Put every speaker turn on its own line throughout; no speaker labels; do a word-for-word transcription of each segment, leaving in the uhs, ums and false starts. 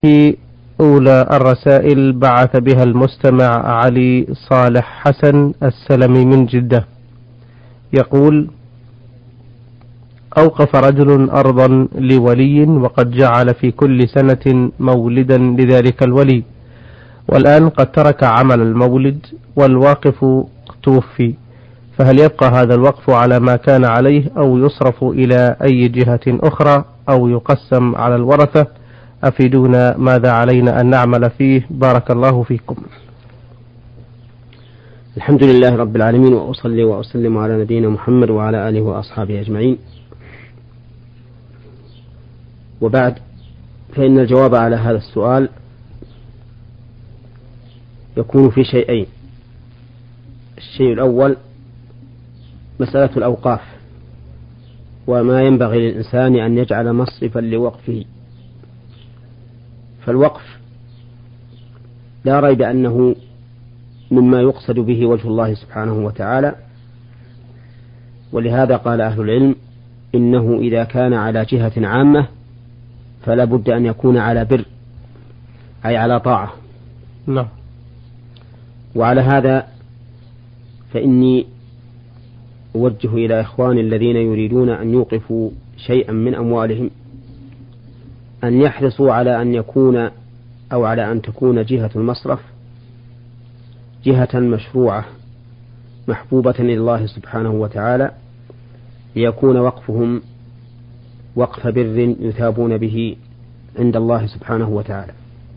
في أولى الرسائل بعث بها المستمع علي صالح حسن السلمي من جدة، يقول: أوقف رجل أرضا لولي وقد جعل في كل سنة مولدا لذلك الولي، والآن قد ترك عمل المولد والواقف توفي، فهل يبقى هذا الوقف على ما كان عليه أو يصرف إلى أي جهة أخرى أو يقسم على الورثة؟ أفيدونا ماذا علينا أن نعمل فيه، بارك الله فيكم.
الحمد لله رب العالمين، وأصلي وأسلم على نبينا محمد وعلى آله وأصحابه أجمعين، وبعد، فإن الجواب على هذا السؤال يكون في شيئين. الشيء الأول مسألة الأوقاف، وما ينبغي للإنسان أن يجعل مصرفا لوقفه. فالوقف لا ريب أنه مما يقصد به وجه الله سبحانه وتعالى، ولهذا قال أهل العلم إنه إذا كان على جهة عامة فلا بد أن يكون على بر، أي على طاعة.
نعم.
وعلى هذا فإني أوجه إلى إخواني الذين يريدون أن يوقفوا شيئا من أموالهم أن يحرصوا على أن يكون أو على أن تكون جهة المصرف جهة مشروعة محبوبة إلى الله سبحانه وتعالى، ليكون وقفهم وقف بر يثابون به عند الله سبحانه وتعالى.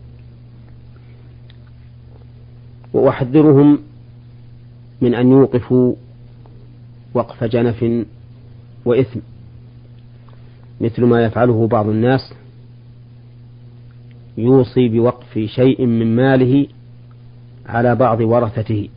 وأحذرهم من أن يوقفوا وقف جنف وإثم، مثل ما يفعله بعض الناس، يوصي بوقف شيء من ماله على بعض ورثته.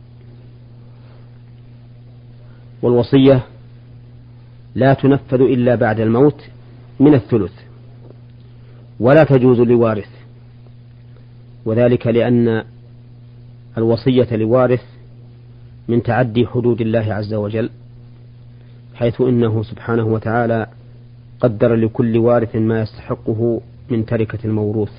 والوصية لا تنفذ إلا بعد الموت من الثلث، ولا تجوز لوارث، وذلك لأن الوصية لوارث من تعدي حدود الله عز وجل، حيث إنه سبحانه وتعالى قدر لكل وارث ما يستحقه من تركة الموروث،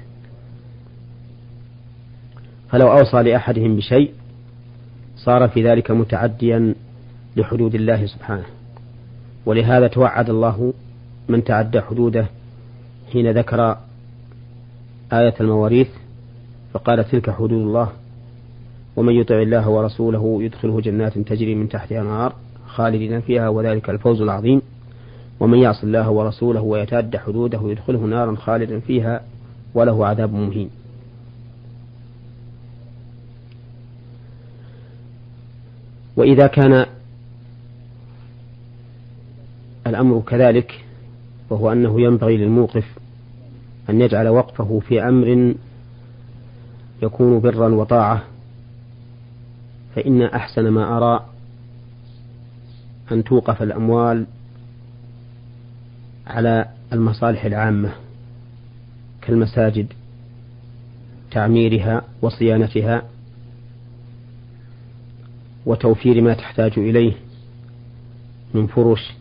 فلو أوصى لأحدهم بشيء صار في ذلك متعديا لحدود الله سبحانه. ولهذا توعد الله من تعدى حدوده حين ذكر آية المواريث فقال: تلك حدود الله ومن يطع الله ورسوله يدخله جنات تجري من تحتها الأنهار خالدين فيها وذلك الفوز العظيم، ومن يعص الله ورسوله ويتعدى حدوده يدخله نارا خالدا فيها وله عذاب مهين. وإذا كان الأمر كذلك، وهو أنه ينبغي للموقف أن يجعل وقفه في أمر يكون برا وطاعة، فإن أحسن ما أرى أن توقف الأموال على المصالح العامة كالمساجد، تعميرها وصيانتها وتوفير ما تحتاج إليه من فرش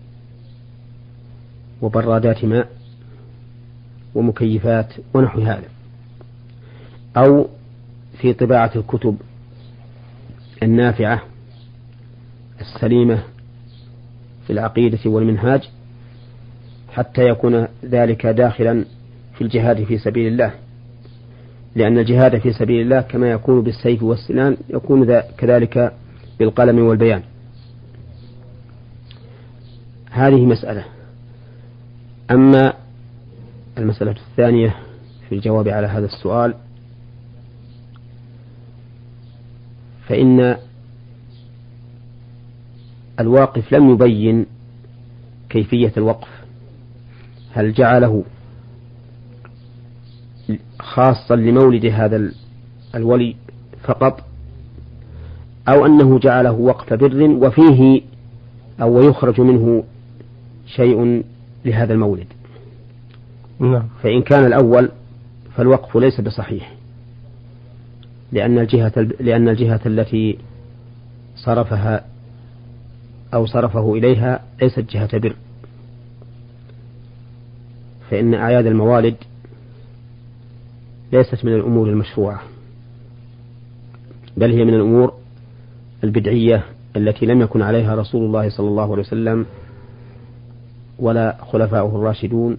وبرادات ماء ومكيفات ونحو هذا، أو في طباعة الكتب النافعة السليمة في العقيدة والمنهاج، حتى يكون ذلك داخلا في الجهاد في سبيل الله، لأن الجهاد في سبيل الله كما يكون بالسيف والسنان يكون كذلك بالقلم والبيان. هذه مسألة. أما المسألة الثانية في الجواب على هذا السؤال، فإن الواقف لم يبين كيفية الوقف، هل جعله خاصا لمولد هذا الولي فقط، أو أنه جعله وقف بر وفيه أو يخرج منه شيء لهذا المولد.
نعم.
فإن كان الأول فالوقف ليس بصحيح، لأن الجهة لأن الجهة التي صرفها أو صرفه إليها ليست جهة بر، فإن أعياد الموالد ليست من الأمور المشروعة، بل هي من الأمور البدعية التي لم يكن عليها رسول الله صلى الله عليه وسلم ولا خلفاؤه الراشدون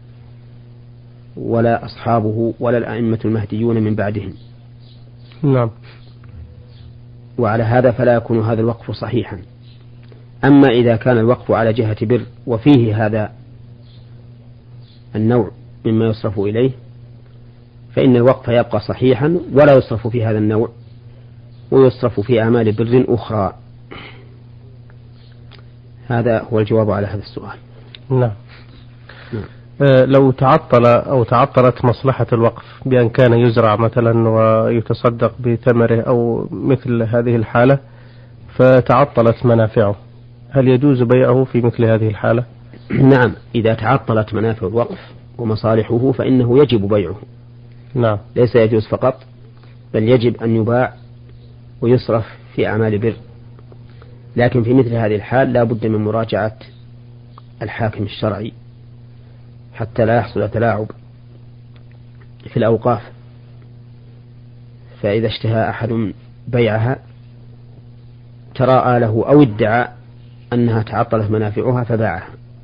ولا أصحابه ولا الأئمة المهديون من بعدهم.
نعم.
وعلى هذا فلا يكون هذا الوقف صحيحا. أما إذا كان الوقف على جهة بر وفيه هذا النوع مما يصرف إليه فإن الوقف يبقى صحيحا ولا يصرف في هذا النوع، ويصرف في أعمال بر أخرى. هذا هو الجواب على هذا السؤال.
نعم. نعم. أه لو تعطل أو تعطلت مصلحة الوقف بأن كان يزرع مثلا ويتصدق بثمره أو مثل هذه الحالة فتعطلت منافعه، هل يجوز بيعه في مثل هذه الحالة؟
نعم، إذا تعطلت منافع الوقف ومصالحه فإنه يجب بيعه.
نعم.
ليس يجوز فقط، بل يجب أن يباع ويصرف في أعمال بر. لكن في مثل هذه الحال لا بد من مراجعة الحاكم الشرعي حتى لا يحصل تلاعب في الأوقاف، فإذا اشتهى أحد بيعها تراءى له أو ادعى أنها تعطلت منافعها فباعها،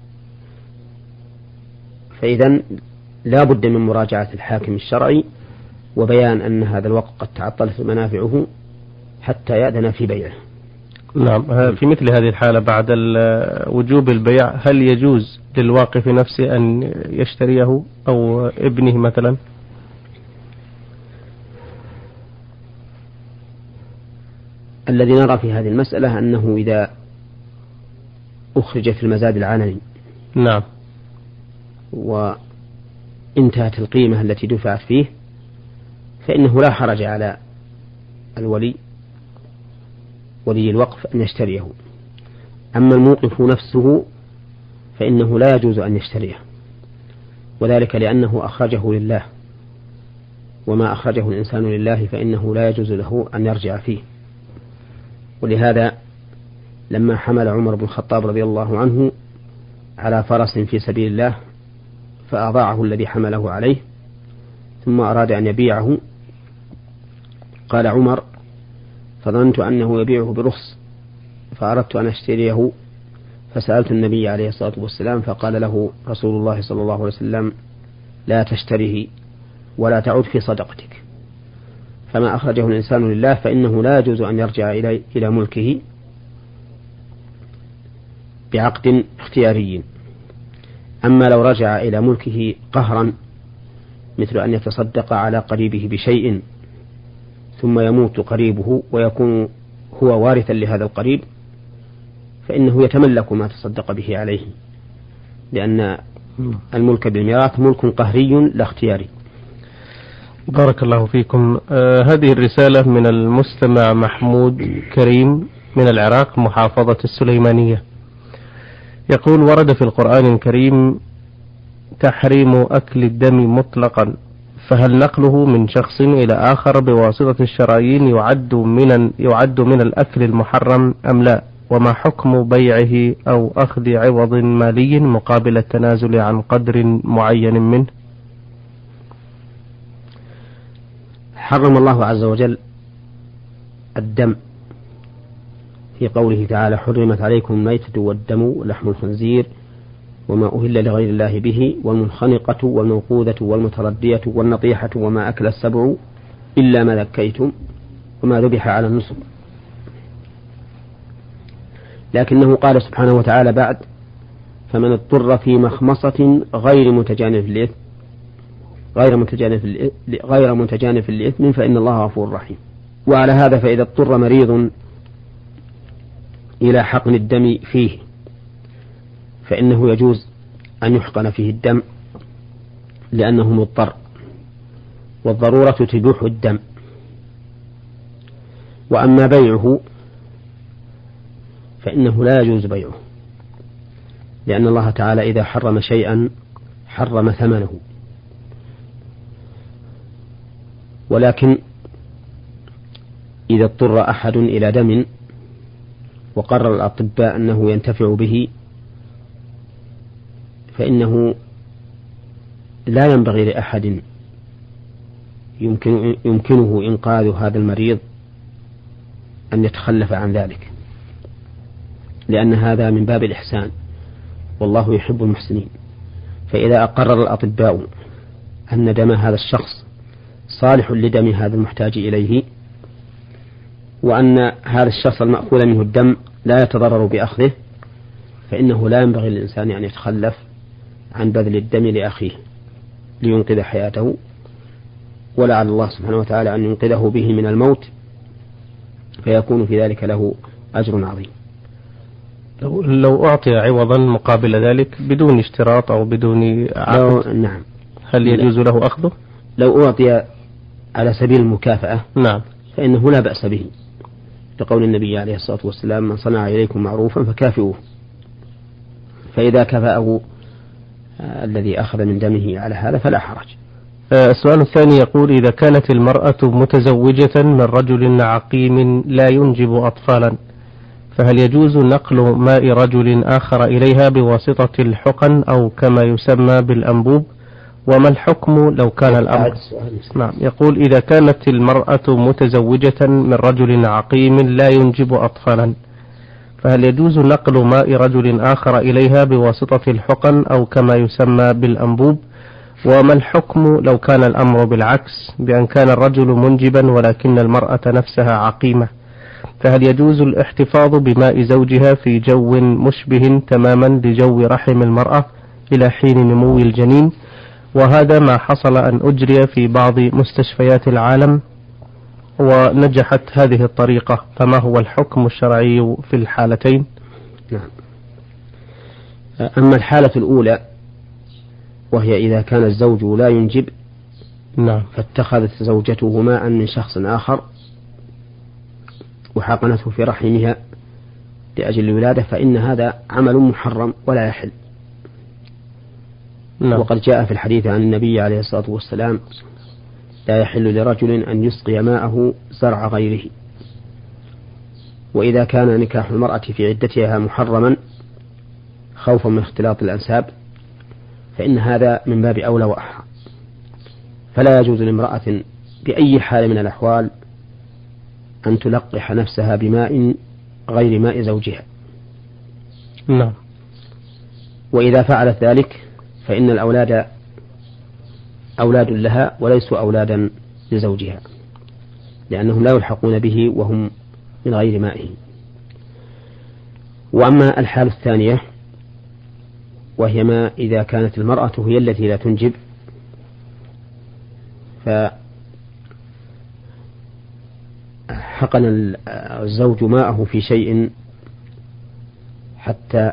فإذا لا بد من مراجعة الحاكم الشرعي وبيان أن هذا الوقت قد تعطلت منافعه حتى يأذن في بيعه.
نعم. في مثل هذه الحالة بعد وجوب البيع هل يجوز للواقف نفسه أن يشتريه أو ابنه مثلا؟
الذي نرى في هذه المسألة أنه إذا أخرج في المزاد العلني
نعم
وانتهت القيمة التي دفعت فيه فإنه لا حرج على الولي ولي الوقف أن يشتريه. أما الموقف نفسه فإنه لا يجوز أن يشتريه، وذلك لأنه أخرجه لله، وما أخرجه الإنسان لله فإنه لا يجوز له أن يرجع فيه. ولهذا لما حمل عمر بن الخطاب رضي الله عنه على فرس في سبيل الله فأضاعه الذي حمله عليه ثم أراد أن يبيعه، قال عمر: فظننت أنه يبيعه برخص فأردت أن أشتريه، فسألت النبي عليه الصلاة والسلام فقال له رسول الله صلى الله عليه وسلم: لا تشتريه ولا تعود في صدقتك. فما أخرجه الإنسان لله فإنه لا يجوز أن يرجع إلى إلى ملكه بعقد اختياري. أما لو رجع إلى ملكه قهرا مثل أن يتصدق على قريبه بشيء ثم يموت قريبه ويكون هو وارثا لهذا القريب فإنه يتملك ما تصدق به عليه، لأن الملك بالميراث ملك قهري لا اختياري.
بارك الله فيكم. آه هذه الرسالة من المستمع محمود كريم من العراق محافظة السليمانية، يقول: ورد في القرآن الكريم تحريم أكل الدم مطلقا، فهل نقله من شخص إلى آخر بواسطة الشرايين يعد من يعد من الأكل المحرم أم لا؟ وما حكم بيعه أو أخذ عوض مالي مقابل التنازل عن قدر معين منه؟
حرم الله عز وجل الدم في قوله تعالى: حرمت عليكم الميتة والدم ولحم الخنزير وما أهل لغير الله به والمنخنقة والموقوذة والمتردية والنطيحة وما أكل السبع إلا ما ذكيتم وما ذبح على النصب. لكنه قال سبحانه وتعالى بعد: فمن اضطر في مخمصة غير متجانف للإثم غير متجانف غير متجانف للإثم فإن الله غفور رحيم. وعلى هذا فإذا اضطر مريض إلى حقن الدم فيه فإنه يجوز أن يحقن فيه الدم لأنه مضطر، والضرورة تبيح الدم. وأما بيعه فإنه لا يجوز بيعه، لأن الله تعالى إذا حرم شيئا حرم ثمنه. ولكن إذا اضطر أحد إلى دم وقرر الأطباء أنه ينتفع به فإنه لا ينبغي لأحد يمكن يمكنه إنقاذ هذا المريض أن يتخلف عن ذلك، لأن هذا من باب الإحسان، والله يحب المحسنين. فإذا أقرر الأطباء أن دم هذا الشخص صالح لدم هذا المحتاج إليه، وأن هذا الشخص المأخوذ منه الدم لا يتضرر بأخذه، فإنه لا ينبغي للإنسان أن يتخلف عن بذل الدم لأخيه لينقذ حياته، ولعل الله سبحانه وتعالى أن ينقذه به من الموت، فيكون في ذلك له أجر عظيم.
لو, لو أعطي عوضا مقابل ذلك بدون اشتراط أو بدون عقد،
نعم،
هل يجوز له أخذه؟
لو أعطي على سبيل المكافأة
نعم
فإنه لا بأس به، لقول النبي عليه الصلاة والسلام: من صنع إليكم معروفا فكافئوه. فإذا كفأه الذي أخذ من دمه على هذا فلا حرج.
السؤال الثاني يقول: إذا كانت المرأة متزوجة من رجل عقيم لا ينجب أطفالا، فهل يجوز نقل ماء رجل آخر إليها بواسطة الحقن أو كما يسمى بالأنبوب؟ وما الحكم لو كان الأمر؟ نعم، يقول: إذا كانت المرأة متزوجة من رجل عقيم لا ينجب أطفالا، فهل يجوز نقل ماء رجل آخر إليها بواسطة الحقن أو كما يسمى بالأنبوب؟ وما الحكم لو كان الأمر بالعكس، بأن كان الرجل منجبا ولكن المرأة نفسها عقيمة، فهل يجوز الاحتفاظ بماء زوجها في جو مشبه تماما لجو رحم المرأة إلى حين نمو الجنين؟ وهذا ما حصل أن أجري في بعض مستشفيات العالم ونجحت هذه الطريقة، فما هو الحكم الشرعي في الحالتين؟
نعم. أما الحالة الأولى وهي إذا كان الزوج لا ينجب،
نعم،
فاتخذت زوجته ماء من شخص آخر وحقنته في رحمها لأجل الولادة، فإن هذا عمل محرم ولا يحل.
نعم.
وقد جاء في الحديث عن النبي عليه الصلاة والسلام: لا يحل لرجل أن يسقي ماءه زرع غيره. وإذا كان نكاح المرأة في عدتها محرما خوفا من اختلاط الأنساب، فإن هذا من باب أولى وأحرى، فلا يجوز لامرأة بأي حال من الأحوال أن تلقح نفسها بماء غير ماء زوجها.
نعم.
وإذا فعلت ذلك فإن الأولاد أولاد لها وليسوا أولادا لزوجها، لأنهم لا يلحقون به وهم من غير مائه. وأما الحالة الثانية وهي ما إذا كانت المرأة هي التي لا تنجب، فحقن الزوج ماءه في شيء حتى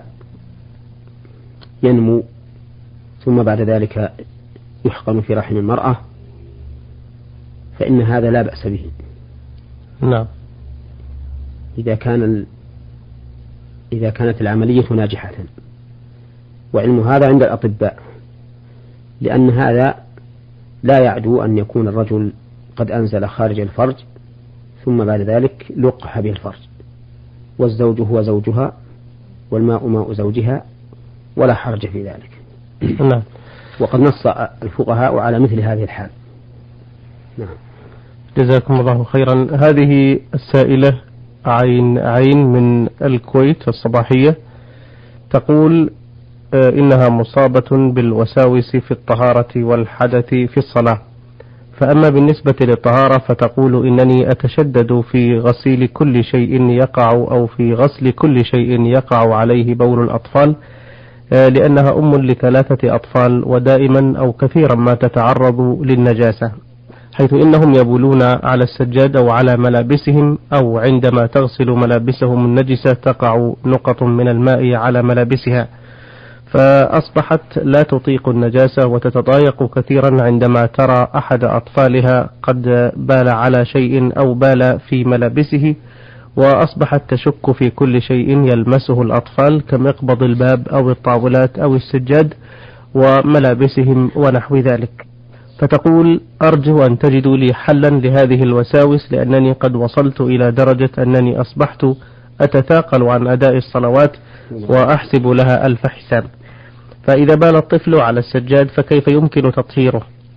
ينمو، ثم بعد ذلك يحقن في رحم المرأة، فإن هذا لا بأس به.
نعم.
إذا كان ال... إذا كانت العملية ناجحة، وعلم هذا عند الأطباء، لأن هذا لا يعدو أن يكون الرجل قد أنزل خارج الفرج ثم بعد ذلك لقح به الفرج، والزوج هو زوجها والماء ماء زوجها، ولا حرج في ذلك.
نعم.
وقد نص الفقهاء على مثل هذه الحال. نعم.
جزاكم الله خيرا. هذه السائلة عين عين من الكويت الصباحية تقول إنها مصابة بالوساوس في الطهارة والحدث في الصلاة، فأما بالنسبة للطهارة فتقول إنني أتشدد في غسيل كل شيء يقع أو في غسل كل شيء يقع عليه بول الأطفال، لأنها أم لثلاثة أطفال ودائما أو كثيرا ما تتعرض للنجاسة، حيث إنهم يبولون على السجاد أو على ملابسهم، أو عندما تغسل ملابسهم النجسة تقع نقط من الماء على ملابسها، فأصبحت لا تطيق النجاسة وتتضايق كثيرا عندما ترى أحد أطفالها قد بال على شيء أو بال في ملابسه، وأصبحت تشك في كل شيء يلمسه الأطفال كمقبض الباب أو الطاولات أو السجاد وملابسهم ونحو ذلك. فتقول: أرجو أن تجدوا لي حلا لهذه الوساوس، لأنني قد وصلت إلى درجة أنني أصبحت أتثاقل عن أداء الصلوات وأحسب لها ألف حساب، فإذا بال الطفل على السجاد فكيف يمكن تطهيره؟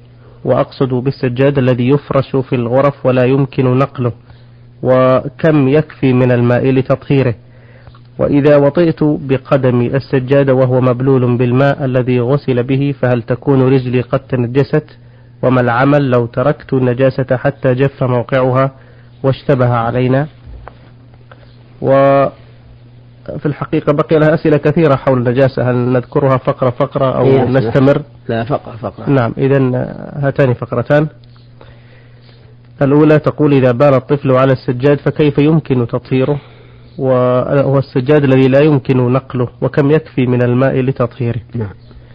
وأقصد بالسجاد الذي يفرش في الغرف ولا يمكن نقله، وكم يكفي من الماء لتطهيره؟ وإذا وطئت بقدمي السجاد وهو مبلول بالماء الذي غسل به فهل تكون رجلي قد تنجست؟ وما العمل لو تركت النجاسة حتى جف موقعها واشتبه علينا؟ وفي الحقيقة بقي لها أسئلة كثيرة حول النجاسة، هل نذكرها فقرة فقرة أو
إيه
نستمر؟
لا فقرة فقرة.
نعم، إذن هاتان فقرتان. الأولى تقول: إذا بال الطفل على السجاد فكيف يمكن تطهيره؟ وهو السجاد الذي لا يمكن نقله، وكم يكفي من الماء لتطهيره؟
نعم.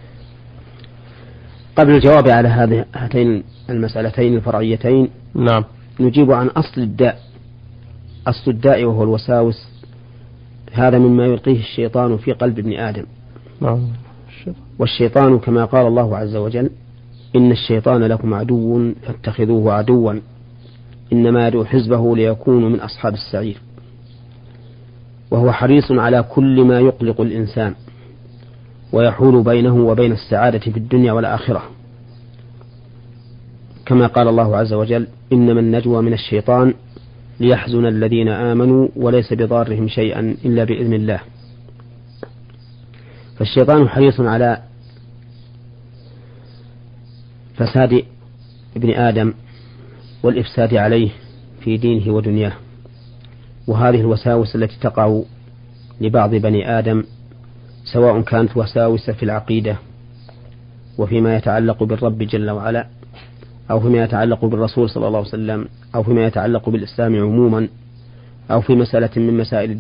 قبل الجواب على هذه هاتين المسألتين الفرعيتين،
نعم،
نجيب عن أصل الداء. أصل الداء وهو الوساوس، هذا مما يلقيه الشيطان في قلب ابن آدم.
نعم.
والشيطان كما قال الله عز وجل: إن الشيطان لكم عدو فاتخذوه عدوا إنما يدعو حزبه ليكونوا من أصحاب السعير. وهو حريص على كل ما يقلق الإنسان ويحول بينه وبين السعادة في الدنيا والآخرة، كما قال الله عز وجل: إنما النجوى من الشيطان ليحزن الذين آمنوا وليس بضارهم شيئا إلا بإذن الله. فالشيطان حريص على فساد ابن آدم والإفساد عليه في دينه ودنياه. وهذه الوساوس التي تقع لبعض بني آدم سواء كانت وساوس في العقيدة وفيما يتعلق بالرب جل وعلا، أو فيما يتعلق بالرسول صلى الله عليه وسلم، أو فيما يتعلق بالإسلام عموما، أو في مسألة من مسائل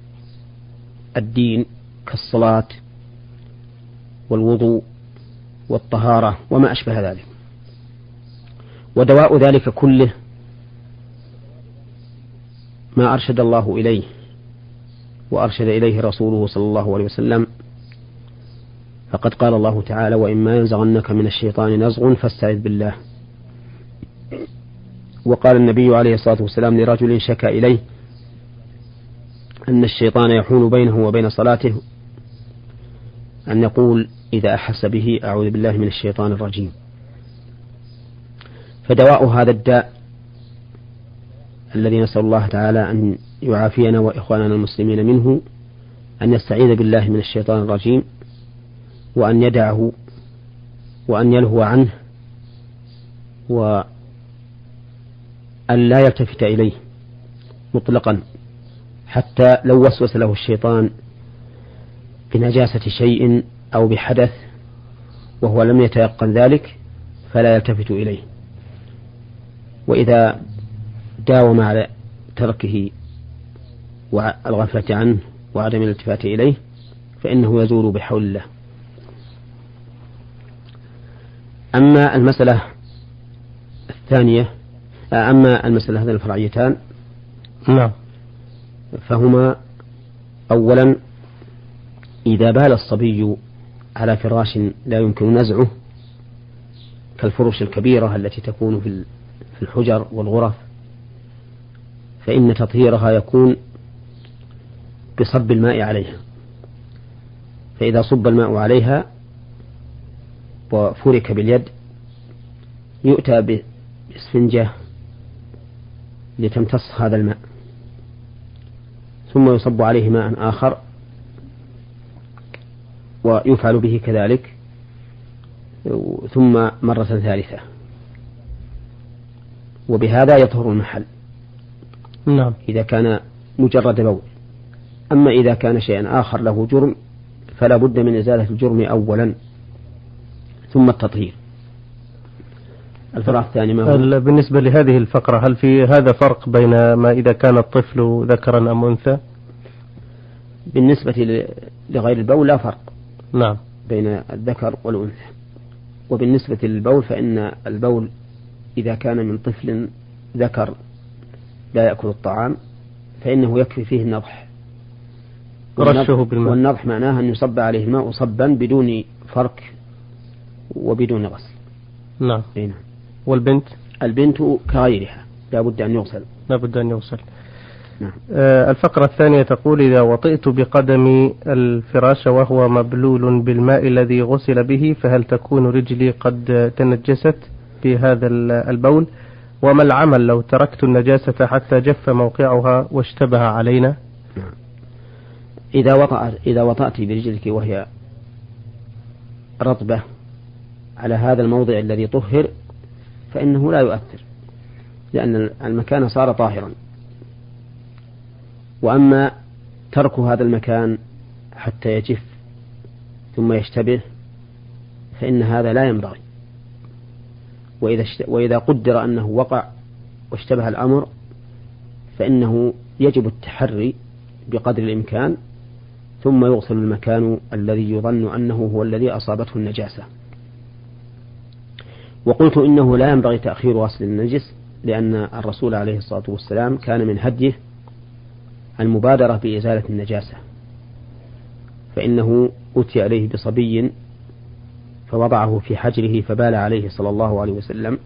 الدين كالصلاة والوضوء والطهارة وما أشبه ذلك. ودواء ذلك كله ما أرشد الله إليه وأرشد إليه رسوله صلى الله عليه وسلم، فقد قال الله تعالى: وإما ينزغنك من الشيطان نزغ فاستعذ بالله. وقال النبي عليه الصلاة والسلام لرجل شكى إليه أن الشيطان يحول بينه وبين صلاته أن يقول إذا أحس به: أعوذ بالله من الشيطان الرجيم. فدواء هذا الداء الذي نسأل الله تعالى أن يعافينا وإخواننا المسلمين منه أن يستعيذ بالله من الشيطان الرجيم، وأن يدعه وأن يلهو عنه، وأن لا يلتفت إليه مطلقا، حتى لو وسوس له الشيطان بنجاسة شيء أو بحدث وهو لم يتيقن ذلك فلا يلتفت إليه. وإذا داوم على تركه والغفلة عنه وعدم الالتفات إليه فإنه يزول بحول الله. أما المسألة الثانية أما المسألة هذه الفرعيتان
نعم
فهما: أولا، إذا بال الصبي على فراش لا يمكن نزعه كالفرش الكبيرة التي تكون في الحجر والغرف، فإن تطهيرها يكون بصب الماء عليها. فإذا صب الماء عليها وفرك باليد يؤتى بإسفنجة لتمتص هذا الماء، ثم يصب عليه ماء آخر ويفعل به كذلك، ثم مرة ثالثة، وبهذا يطهر المحل.
نعم.
إذا كان مجرد بول. أما إذا كان شيئا آخر له جرم فلا بد من إزالة الجرم أولا ثم التطهير. الفرع الثاني ما هو؟
بالنسبة لهذه الفقرة، هل في هذا فرق بين ما إذا كان الطفل ذكرا أم أنثى؟
بالنسبة لغير البول لا فرق
نعم
بين الذكر والأنثى. وبالنسبة للبول فإن البول إذا كان من طفل ذكر لا يأكل الطعام فإنه يكفي فيه النضح،
رشه بالماء،
والنضح معناه أن يصب عليه الماء صبا بدون فرك وبدون غسل.
نعم.
هنا.
والبنت؟
البنت كغيرها لا بد أن يغسل.
لا بد أن يغسل.
نعم.
آه الفقرة الثانية تقول: إذا وطئت بقدمي الفراش وهو مبلول بالماء الذي غسل به فهل تكون رجلي قد تنجست؟ في هذا البول؟ وما العمل لو تركت النجاسة حتى جف موقعها واشتبه علينا؟
إذا وطأت إذا وطأت برجلك وهي رطبة على هذا الموضع الذي طهر فإنه لا يؤثر، لأن المكان صار طاهرا. وأما ترك هذا المكان حتى يجف ثم يشتبه فإن هذا لا ينبغي. وإذا, وإذا قدر أنه وقع واشتبه الأمر فإنه يجب التحري بقدر الإمكان ثم يغسل المكان الذي يظن أنه هو الذي أصابته النجاسة. وقلت إنه لا ينبغي تأخير غسل النجس، لأن الرسول عليه الصلاة والسلام كان من هديه المبادرة بإزالة النجاسة، فإنه أتي عليه بصبي فوضعه في حجره فبال عليه صلى الله عليه وسلم،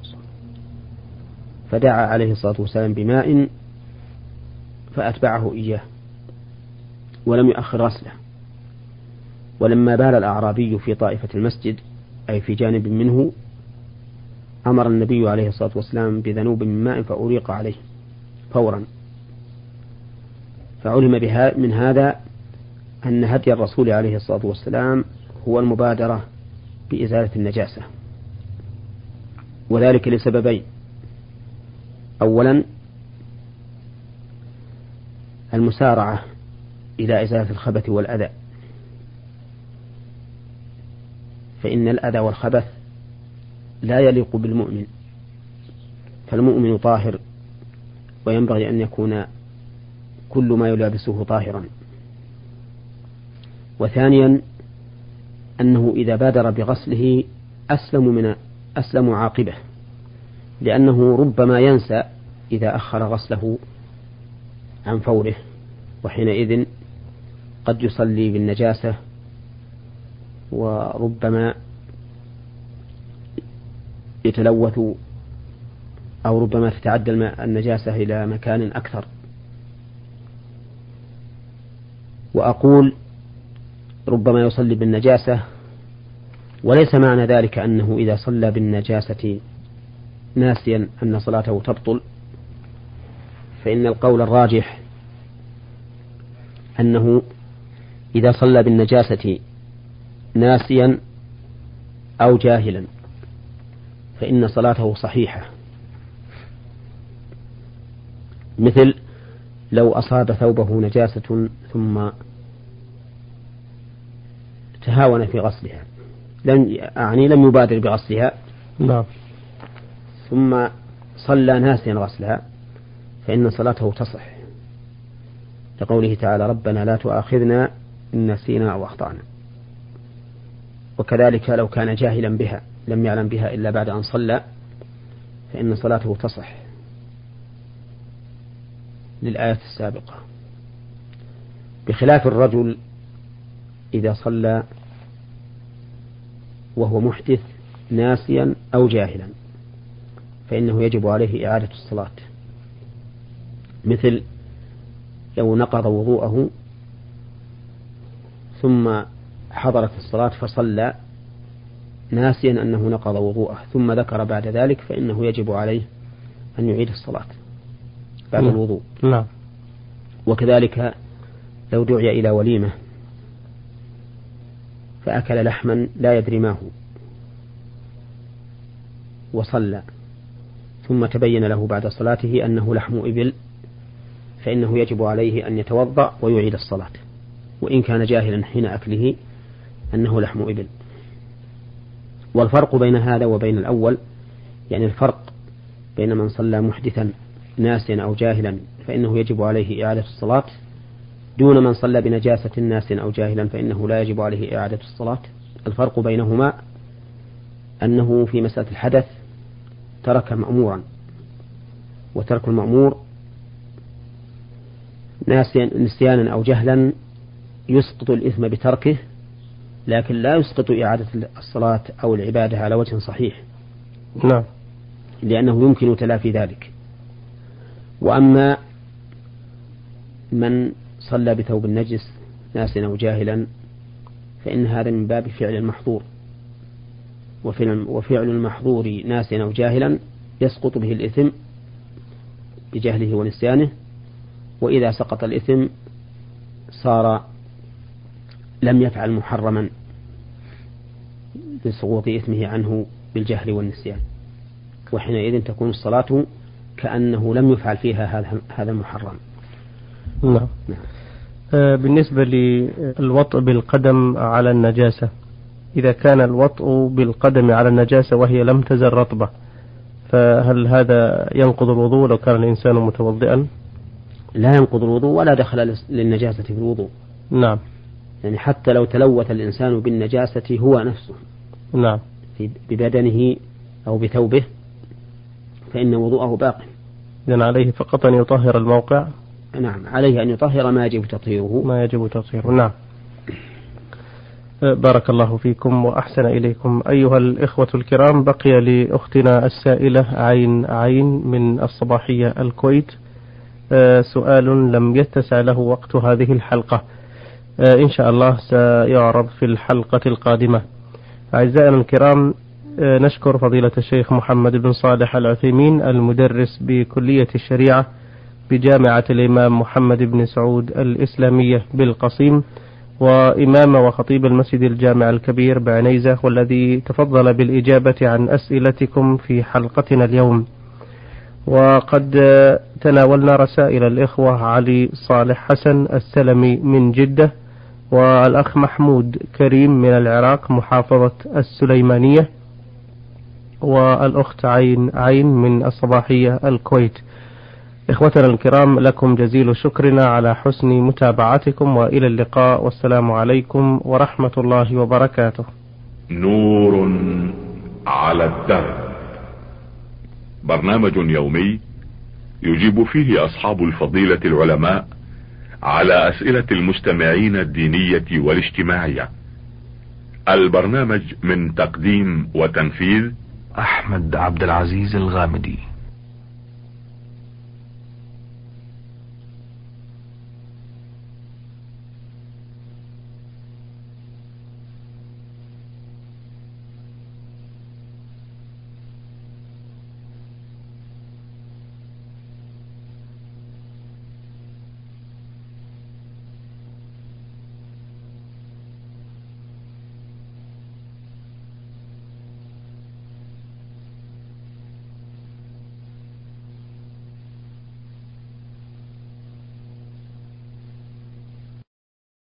فدعا عليه الصلاة والسلام بماء فأتبعه إياه ولم يؤخر غسله. ولما بال الأعرابي في طائفة المسجد أي في جانب منه أمر النبي عليه الصلاة والسلام بذنوب من ماء فأريق عليه فورا. فعلم من هذا أن هدي الرسول عليه الصلاة والسلام هو المبادرة بإزالة النجاسة، وذلك لسببين: أولا المسارعة إلى إزالة الخبث والأذى، فإن الأذى والخبث لا يليق بالمؤمن، فالمؤمن طاهر وينبغي أن يكون كل ما يلابسه طاهرا. وثانيا أنه إذا بادر بغسله أسلم من أسلم عاقبه، لأنه ربما ينسى إذا أخر غسله عن فوره، وحينئذ قد يصلي بالنجاسة، وربما يتلوث أو ربما تتعدى النجاسة إلى مكان أكثر. وأقول ربما يصلي بالنجاسة، وليس معنى ذلك أنه إذا صلى بالنجاسة ناسيا أن صلاته تبطل، فإن القول الراجح أنه إذا صلى بالنجاسة ناسيا أو جاهلا فإن صلاته صحيحة، مثل لو أصاب ثوبه نجاسة ثم تهاون في غسلها، لم يعني لم يبادر بغسلها
لا.
ثم صلى ناسيا غسلها فإن صلاته تصح، لقوله تعالى: ربنا لا تؤاخذنا إن نسينا أو أخطأنا. وكذلك لو كان جاهلا بها لم يعلم بها إلا بعد أن صلى فإن صلاته تصح للآية السابقة، بخلاف الرجل إذا صلى وهو محدث ناسيا أو جاهلا فإنه يجب عليه إعادة الصلاة، مثل لو نقض وضوءه ثم حضرت الصلاة فصلى ناسيا أنه نقض وضوءه ثم ذكر بعد ذلك فإنه يجب عليه أن يعيد الصلاة بعد م. الوضوء.
لا.
وكذلك لو دعي إلى وليمة فأكل لحما لا يدري ما هو وصلى ثم تبين له بعد صلاته أنه لحم إبل فإنه يجب عليه أن يتوضأ ويعيد الصلاة، وإن كان جاهلا حين أكله أنه لحم إبل. والفرق بين هذا وبين الأول، يعني الفرق بين من صلى محدثا ناسيا أو جاهلا فإنه يجب عليه إعادة الصلاة، دون من صلى بنجاسة ناسيا أو جاهلا فإنه لا يجب عليه إعادة الصلاة. الفرق بينهما أنه في مسألة الحدث ترك مأمورا، وترك المأمور نسيانا أو جهلا يسقط الإثم بتركه، لكن لا يسقط إعادة الصلاة أو العبادة على وجه صحيح.
نعم.
لأنه يمكن تلافي ذلك. وأما من صلى بثوب النجس ناسيا أو جاهلا فإن هذا من باب فعل المحظور، وفعل المحظور ناسيا أو جاهلا يسقط به الإثم بجهله ونسيانه، وإذا سقط الإثم صار لم يفعل محرما بسقوط إثمه عنه بالجهل والنسيان، وحينئذ تكون الصلاة كأنه لم يفعل فيها هذا هذا المحرم.
نعم. آه بالنسبة للوطء بالقدم على النجاسة، إذا كان الوطء بالقدم على النجاسة وهي لم تزل رطبة، فهل هذا ينقض الوضوء لو كان الإنسان متوضئا؟
لا ينقض الوضوء ولا دخل للنجاسة في الوضوء.
نعم.
يعني حتى لو تلوث الإنسان بالنجاسة هو نفسه،
نعم،
ببدنه أو بثوبه، فإن وضوءه باق.
إذن عليه فقط أن يطهر الموقع.
نعم، عليه أن يطهر ما يجب تطهيره.
ما يجب تطهيره. نعم. بارك الله فيكم وأحسن إليكم. أيها الإخوة الكرام، بقي لأختنا السائلة عين عين من الصباحية الكويت سؤال لم يتسع له وقت هذه الحلقة، إن شاء الله سيعرض في الحلقة القادمة. أعزائنا الكرام، نشكر فضيلة الشيخ محمد بن صالح العثيمين المدرس بكلية الشريعة بجامعة الإمام محمد بن سعود الإسلامية بالقصيم، وإمام وخطيب المسجد الجامع الكبير بعنيزة، والذي تفضل بالإجابة عن أسئلتكم في حلقتنا اليوم. وقد تناولنا رسائل الإخوة علي صالح حسن السلمي من جدة، والأخ محمود كريم من العراق محافظة السليمانية، والأخت عين عين من الصباحية الكويت. إخوتنا الكرام، لكم جزيل شكرنا على حسن متابعتكم، وإلى اللقاء، والسلام عليكم ورحمة الله وبركاته.
نور على الدرب، برنامج يومي يجيب فيه أصحاب الفضيلة العلماء على أسئلة المستمعين الدينية والاجتماعية. البرنامج من تقديم وتنفيذ
أحمد عبد العزيز الغامدي.